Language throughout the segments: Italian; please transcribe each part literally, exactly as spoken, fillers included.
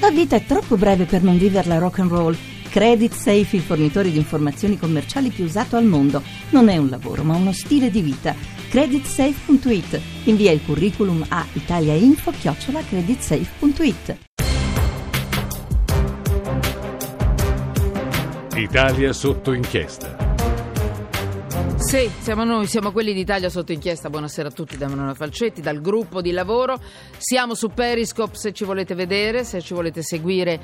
La vita è troppo breve per non viverla rock and roll. Credit Safe, il fornitore di informazioni commerciali più usato al mondo. Non è un lavoro, ma uno stile di vita. credit safe punto it. Invia il curriculum a italiainfo chiocciola creditsafe punto it. Italia sotto inchiesta. Sì, siamo noi, siamo quelli d'Italia sotto inchiesta. Buonasera a tutti da Manuela Falcetti, dal gruppo di lavoro. Siamo su Periscope se ci volete vedere, se ci volete seguire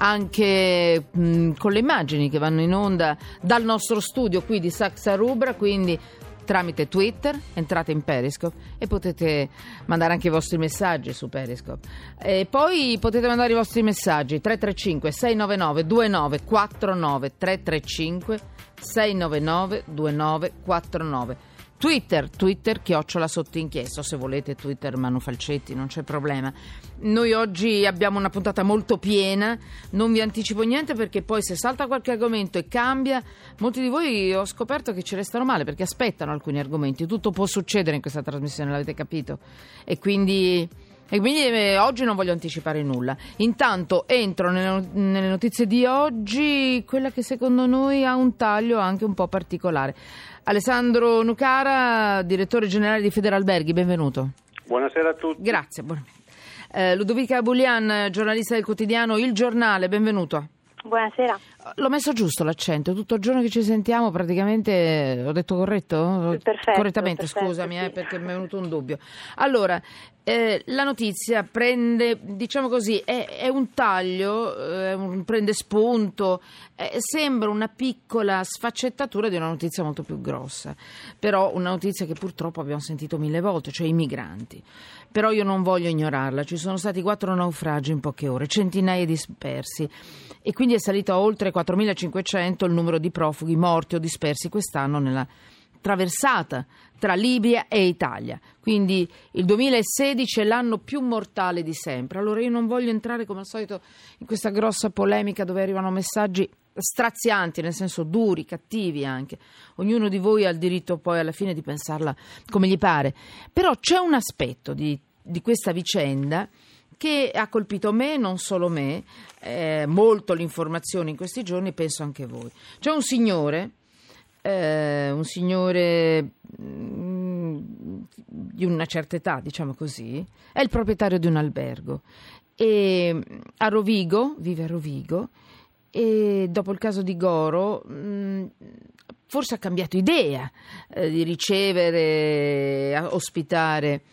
anche mh, con le immagini che vanno in onda dal nostro studio qui di Saxa Rubra, quindi tramite Twitter entrate in Periscope e potete mandare anche i vostri messaggi su Periscope. E poi potete mandare i vostri messaggi tre tre cinque sei nove nove due nove quattro nove tre tre cinque sei nove nove due nove quattro nove. Twitter, Twitter chiocciola sotto inchiesta, se volete Twitter Manu Falcetti, non c'è problema. Noi oggi abbiamo una puntata molto piena, non vi anticipo niente perché poi se salta qualche argomento e cambia, molti di voi ho scoperto che ci restano male perché aspettano alcuni argomenti. Tutto può succedere in questa trasmissione, l'avete capito? E quindi... E quindi eh, oggi non voglio anticipare nulla. Intanto entro nelle, nelle notizie di oggi, quella che secondo noi ha un taglio anche un po' particolare. Alessandro Nucara, direttore generale di Federalberghi, benvenuto. Buonasera a tutti. Grazie. Buon... Eh, Ludovica Bulian, giornalista del quotidiano Il Giornale, benvenuto. Buonasera. L'ho messo giusto l'accento, tutto il giorno che ci sentiamo praticamente, ho detto corretto? Perfetto. Correttamente, perfetto, scusami, sì. eh, perché mi è venuto un dubbio. Allora, eh, la notizia prende, diciamo così, è, è un taglio, eh, un, prende spunto, eh, sembra una piccola sfaccettatura di una notizia molto più grossa, però una notizia che purtroppo abbiamo sentito mille volte, cioè i migranti. Però io non voglio ignorarla, ci sono stati quattro naufragi in poche ore, centinaia dispersi e quindi è salito a oltre quattromilacinquecento il numero di profughi morti o dispersi quest'anno nella traversata tra Libia e Italia. Quindi il duemilasedici è l'anno più mortale di sempre. Allora io non voglio entrare come al solito in questa grossa polemica dove arrivano messaggi strazianti, nel senso duri, cattivi anche. Ognuno di voi ha il diritto poi alla fine di pensarla come gli pare. Però c'è un aspetto di, di questa vicenda che ha colpito me, non solo me, eh, molto l'informazione in questi giorni, penso anche voi. C'è un signore, eh, un signore mh, di una certa età, diciamo così, è il proprietario di un albergo e a Rovigo, vive a Rovigo, e dopo il caso di Goro mh, forse ha cambiato idea eh, di ricevere, ospitare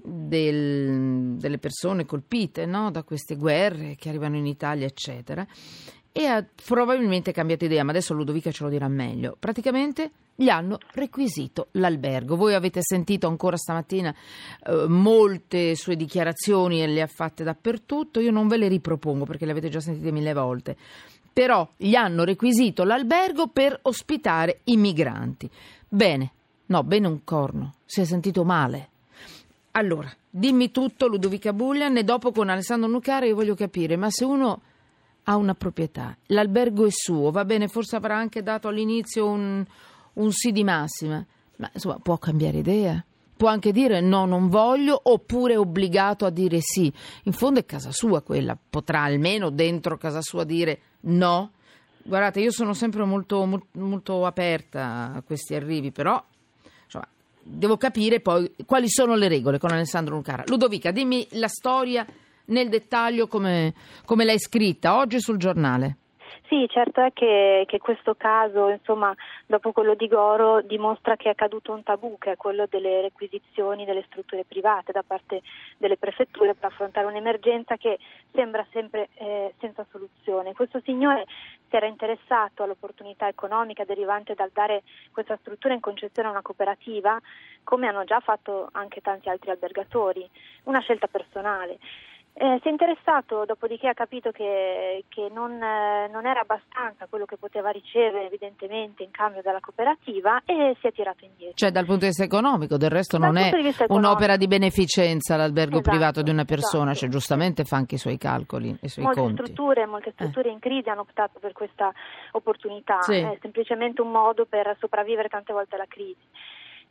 Del, delle persone colpite, no? Da queste guerre che arrivano in Italia eccetera, e ha probabilmente cambiato idea, ma adesso Ludovica ce lo dirà meglio. Praticamente gli hanno requisito l'albergo. Voi avete sentito ancora stamattina eh, molte sue dichiarazioni e le ha fatte dappertutto, io non ve le ripropongo perché le avete già sentite mille volte, però gli hanno requisito l'albergo per ospitare i migranti. Bene, no, bene un corno, si è sentito male. Allora, dimmi tutto Ludovica Bulian e dopo con Alessandro Nucara io voglio capire, ma se uno ha una proprietà, l'albergo è suo, va bene, forse avrà anche dato all'inizio un, un sì di massima, ma insomma può cambiare idea, può anche dire no, non voglio, oppure è obbligato a dire sì. In fondo è casa sua quella, potrà almeno dentro casa sua dire no. Guardate, io sono sempre molto, molto aperta a questi arrivi, però insomma devo capire poi quali sono le regole con Alessandro Nucara. Ludovica, dimmi la storia nel dettaglio come, come l'hai scritta oggi sul giornale. Sì, certo è che, che questo caso, insomma, dopo quello di Goro, dimostra che è caduto un tabù, che è quello delle requisizioni delle strutture private da parte delle prefetture per affrontare un'emergenza che sembra sempre eh, senza soluzione. Questo signore si era interessato all'opportunità economica derivante dal dare questa struttura in concessione a una cooperativa, come hanno già fatto anche tanti altri albergatori, una scelta personale. Eh, si è interessato, dopodiché ha capito che, che non, eh, non era abbastanza quello che poteva ricevere evidentemente in cambio dalla cooperativa e si è tirato indietro. Cioè dal punto di vista economico, del resto dal non è di un'opera di beneficenza l'albergo esatto, privato di una persona, esatto. Cioè giustamente fa anche i suoi calcoli e i suoi molte conti. Strutture, molte strutture eh. in crisi hanno optato per questa opportunità, sì. È semplicemente un modo per sopravvivere tante volte alla crisi.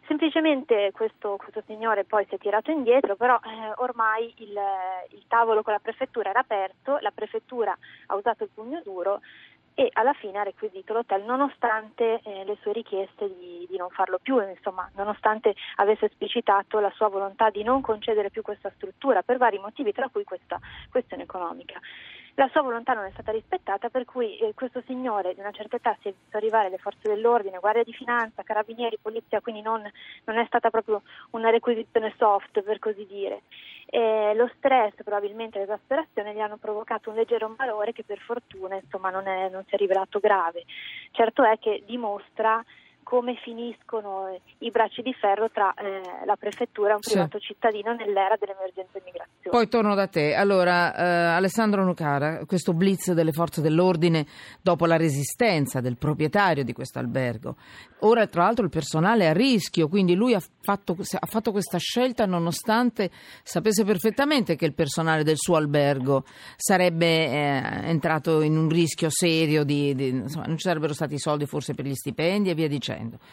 Semplicemente questo, questo signore poi si è tirato indietro, però eh, ormai il, il tavolo con la prefettura era aperto, la prefettura ha usato il pugno duro e alla fine ha requisito l'hotel nonostante eh, le sue richieste di, di non farlo più, insomma nonostante avesse esplicitato la sua volontà di non concedere più questa struttura per vari motivi, tra cui questa questione economica. La sua volontà non è stata rispettata, per cui eh, questo signore di una certa età si è visto arrivare le forze dell'ordine, guardia di finanza, carabinieri, polizia, quindi non, non è stata proprio una requisizione soft, per così dire. E lo stress, probabilmente l'esasperazione, gli hanno provocato un leggero malore che per fortuna insomma non, è, non si è rivelato grave. Certo è che dimostra come finiscono i bracci di ferro tra eh, la prefettura e un privato sì. cittadino nell'era dell'emergenza immigrazione. Poi torno da te. Allora, eh, Alessandro Nucara, questo blitz delle forze dell'ordine dopo la resistenza del proprietario di questo albergo. Ora, tra l'altro, il personale è a rischio, quindi lui ha fatto, ha fatto questa scelta nonostante sapesse perfettamente che il personale del suo albergo sarebbe eh, entrato in un rischio serio, di, di, insomma, non ci sarebbero stati i soldi forse per gli stipendi e via dicendo.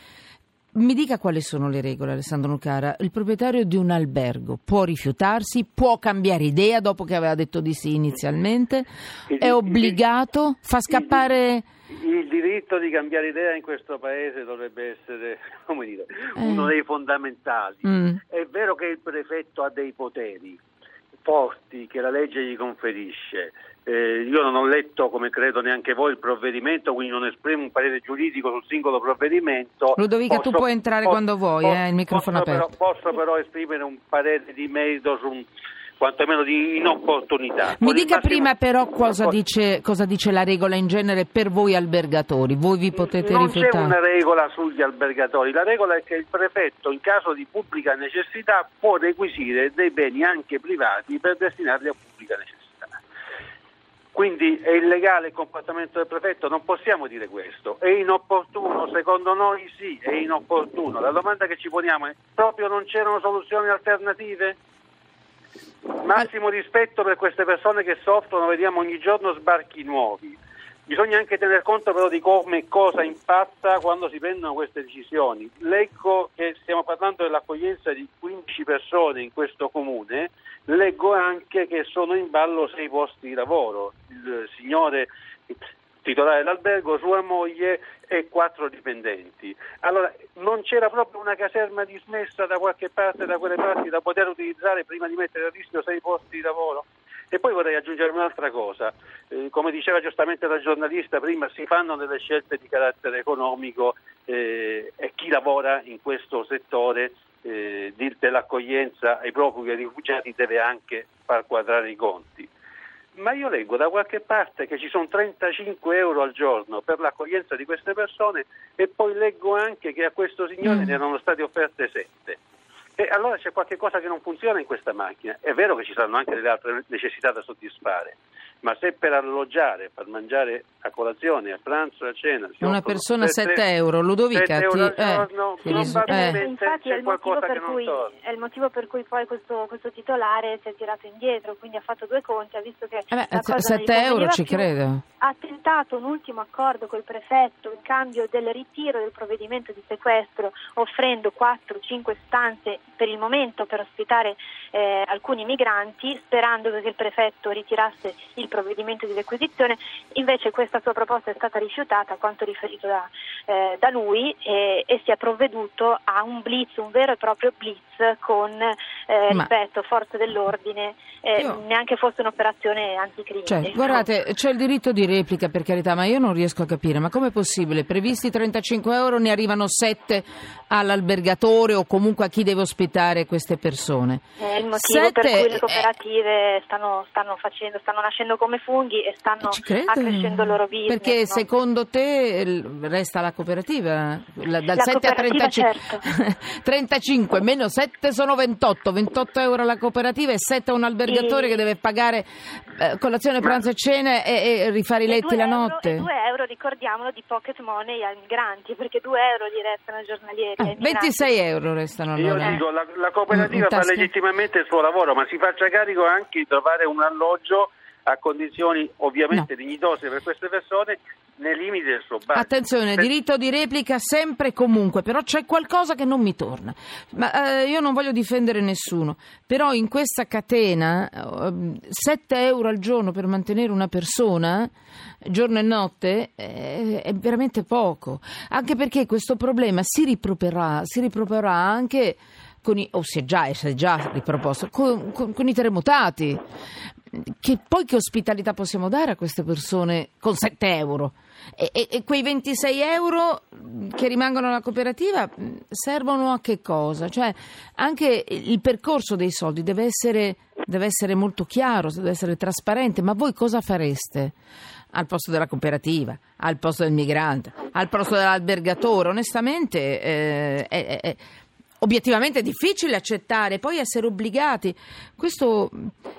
Mi dica quali sono le regole, Alessandro Nucara. Il proprietario di un albergo può rifiutarsi, può cambiare idea dopo che aveva detto di sì inizialmente, è obbligato, fa scappare... Il diritto di cambiare idea in questo paese dovrebbe essere, come dire, uno dei fondamentali. Mm. È vero che il prefetto ha dei poteri forti che la legge gli conferisce. Eh, io non ho letto, come credo neanche voi, il provvedimento, quindi non esprimo un parere giuridico sul singolo provvedimento. Ludovica, posso, tu puoi entrare posso, quando vuoi, posso, eh, il microfono posso aperto. Però, posso però esprimere un parere di merito su un, quantomeno di inopportunità. Mi Con dica massimo... prima però cosa dice, cosa dice la regola in genere per voi albergatori. Voi vi potete non rifiutare? Non c'è una regola sugli albergatori, la regola è che il prefetto in caso di pubblica necessità può requisire dei beni anche privati per destinarli a pubblica necessità. Quindi è illegale il comportamento del prefetto? Non possiamo dire questo. È inopportuno? Secondo noi sì, è inopportuno. La domanda che ci poniamo è: proprio non c'erano soluzioni alternative? Massimo rispetto per queste persone che soffrono, vediamo ogni giorno sbarchi nuovi. Bisogna anche tener conto però di come e cosa impatta quando si prendono queste decisioni. Leggo che stiamo parlando dell'accoglienza di quindici persone in questo comune, leggo anche che sono in ballo sei posti di lavoro. Il signore titolare dell'albergo, sua moglie e quattro dipendenti. Allora, non c'era proprio una caserma dismessa da qualche parte, da quelle parti, da poter utilizzare prima di mettere a rischio sei posti di lavoro? E poi vorrei aggiungere un'altra cosa, eh, come diceva giustamente la giornalista prima, si fanno delle scelte di carattere economico eh, e chi lavora in questo settore eh, di, dell'accoglienza ai profughi e ai rifugiati deve anche far quadrare i conti. Ma io leggo da qualche parte che ci sono trentacinque euro al giorno per l'accoglienza di queste persone e poi leggo anche che a questo signore mm. ne erano state offerte sette. E allora c'è qualche cosa che non funziona in questa macchina. È vero che ci saranno anche delle altre necessità da soddisfare, ma se per alloggiare, per mangiare a colazione, a pranzo e a cena una persona sette euro, Ludovica, euro al ti, giorno, eh, probabilmente eh. Infatti c'è è il, qualcosa per che non cui, torna. è il motivo per cui poi questo, questo titolare si è tirato indietro, quindi ha fatto due conti, ha visto che eh beh, la cosa sette euro ci più, credo. Ha tentato un ultimo accordo col prefetto in cambio del ritiro del provvedimento di sequestro, offrendo quattro cinque stanze per il momento per ospitare eh, alcuni migranti, sperando che il prefetto ritirasse il provvedimento di requisizione. Invece questa sua proposta è stata rifiutata, a quanto riferito da, eh, da lui, e, e si è provveduto a un blitz, un vero e proprio blitz con, eh, Ma... ripeto, forze dell'ordine, eh, io... neanche fosse un'operazione anticrimine. Cioè, guardate, c'è il diritto di replica, per carità, ma io non riesco a capire, ma com'è possibile? Previsti trentacinque euro, ne arrivano sette all'albergatore o comunque a chi deve ospitare queste persone. È il motivo sette... per cui le cooperative stanno, stanno facendo, stanno nascendo come funghi e stanno accrescendo il loro business. Perché no? secondo te resta la cooperativa? La, dal la sette a trentacinque, certo. trentacinque meno sette sono ventotto, ventotto euro alla cooperativa e sette a un albergatore e... che deve pagare eh, colazione, pranzo e cena e, e rifare i letti la euro, notte. E due euro, ricordiamolo, di pocket money ai migranti, perché due euro gli restano giornalieri. Ah, ventisei euro restano allora. Io dico, la, la cooperativa fa legittimamente il suo lavoro, ma si faccia carico anche di trovare un alloggio a condizioni ovviamente no. dignitose per queste persone, nei limiti del suo budget. Attenzione, per... diritto di replica sempre e comunque, però c'è qualcosa che non mi torna. Ma eh, io non voglio difendere nessuno, però in questa catena eh, sette euro al giorno per mantenere una persona giorno e notte eh, è veramente poco, anche perché questo problema si riproporrà, si riproporrà anche con i, o si è già, si è già riproposto con, con, con i terremotati. Che poi che ospitalità possiamo dare a queste persone con sette euro? E, e, e quei ventisei euro che rimangono alla cooperativa servono a che cosa? Cioè anche il percorso dei soldi deve essere, deve essere molto chiaro, deve essere trasparente. Ma voi cosa fareste al posto della cooperativa, al posto del migrante, al posto dell'albergatore? Onestamente eh, è, è obiettivamente difficile accettare, poi essere obbligati. Questo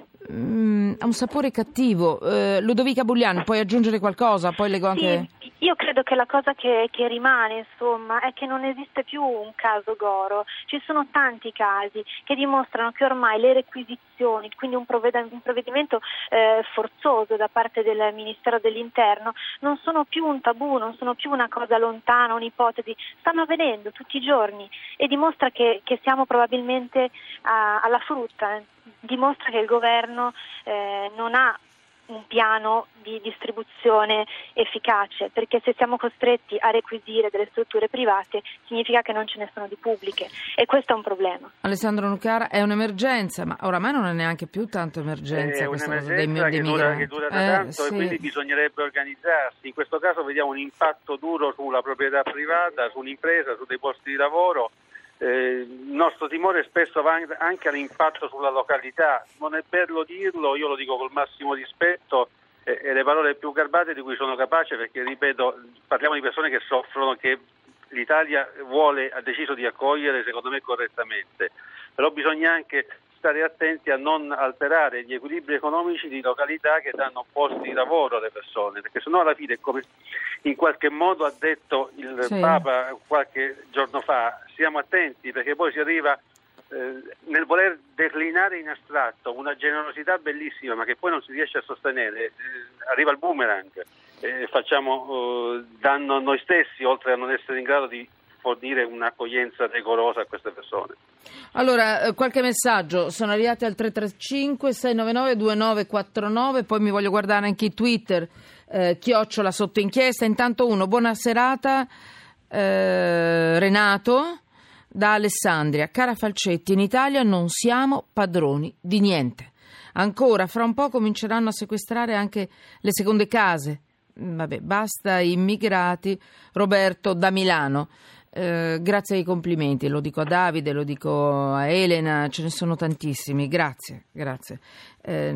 mm, ha un sapore cattivo. eh, Ludovica Bullian, puoi aggiungere qualcosa? Poi leggo anche... Sì, io credo che la cosa che, che rimane, insomma, è che non esiste più un caso Goro. Ci sono tanti casi che dimostrano che ormai le requisizioni, quindi un, provved- un provvedimento eh, forzoso da parte del Ministero dell'Interno, non sono più un tabù, non sono più una cosa lontana, un'ipotesi, stanno avvenendo tutti i giorni e dimostra che, che siamo probabilmente a, alla frutta, dimostra che il governo eh, non ha un piano di distribuzione efficace, perché se siamo costretti a requisire delle strutture private significa che non ce ne sono di pubbliche e questo è un problema. Alessandro Nucara, è un'emergenza, ma oramai non è neanche più tanto emergenza. È questa cosa un'emergenza dei, dei che, dura, che dura da eh, tanto sì. E quindi bisognerebbe organizzarsi. In questo caso vediamo un impatto duro sulla proprietà privata, sull'impresa, su dei posti di lavoro. Eh, il nostro timore spesso va anche all'impatto sulla località. Non è bello dirlo, io lo dico col massimo rispetto eh, e le parole più garbate di cui sono capace, perché ripeto, parliamo di persone che soffrono, che l'Italia vuole, ha deciso di accogliere secondo me correttamente, però bisogna anche stare attenti a non alterare gli equilibri economici di località che danno posti di lavoro alle persone, perché sennò alla fine, come in qualche modo ha detto il sì. Papa qualche giorno fa, stiamo attenti perché poi si arriva eh, nel voler declinare in astratto una generosità bellissima ma che poi non si riesce a sostenere, eh, arriva il boomerang e eh, facciamo eh, danno a noi stessi, oltre a non essere in grado di fornire un'accoglienza decorosa a queste persone. Allora, qualche messaggio, sono arrivati al tre tre cinque sei nove nove due nove quattro nove, poi mi voglio guardare anche i Twitter, eh, chiocciola sotto inchiesta. Intanto uno, buona serata, eh, Renato da Alessandria. Cara Falcetti, in Italia non siamo padroni di niente. Ancora, fra un po' cominceranno a sequestrare anche le seconde case. Vabbè, basta immigrati. Roberto da Milano. Eh, grazie ai complimenti, lo dico a Davide, lo dico a Elena, ce ne sono tantissimi, grazie, grazie. Eh,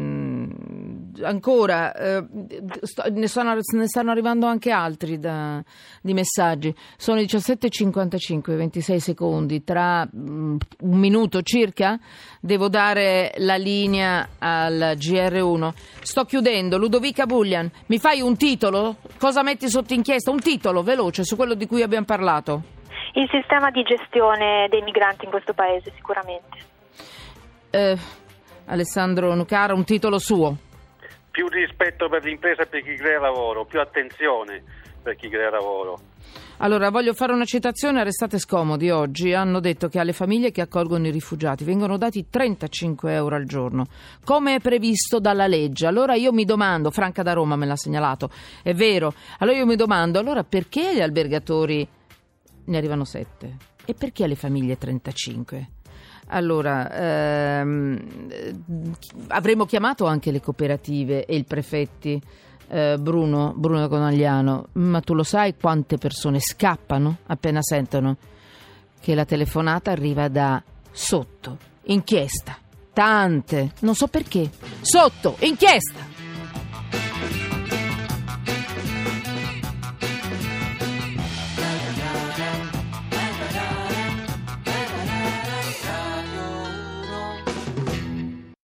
ancora, eh, sto, ne, sono, ne stanno arrivando anche altri da, di messaggi, sono diciassette e cinquantacinque, ventisei secondi, tra um, un minuto circa devo dare la linea al G R uno. Sto chiudendo. Ludovica Bullian, mi fai un titolo? Cosa metti sotto inchiesta? Un titolo veloce su quello di cui abbiamo parlato. Il sistema di gestione dei migranti in questo paese, sicuramente. Eh, Alessandro Nucara, un titolo suo. Più rispetto per l'impresa e per chi crea lavoro, più attenzione per chi crea lavoro. Allora, voglio fare una citazione, restate scomodi. Oggi hanno detto che alle famiglie che accolgono i rifugiati vengono dati trentacinque euro al giorno, come è previsto dalla legge. Allora io mi domando, Franca da Roma me l'ha segnalato, è vero, allora io mi domando, allora perché gli albergatori ne arrivano sette? E perché alle famiglie trentacinque? Allora, ehm, avremmo chiamato anche le cooperative e i prefetti, eh, Bruno, Bruno Conagliano, ma tu lo sai quante persone scappano appena sentono che la telefonata arriva da sotto, inchiesta, tante, non so perché, sotto, inchiesta!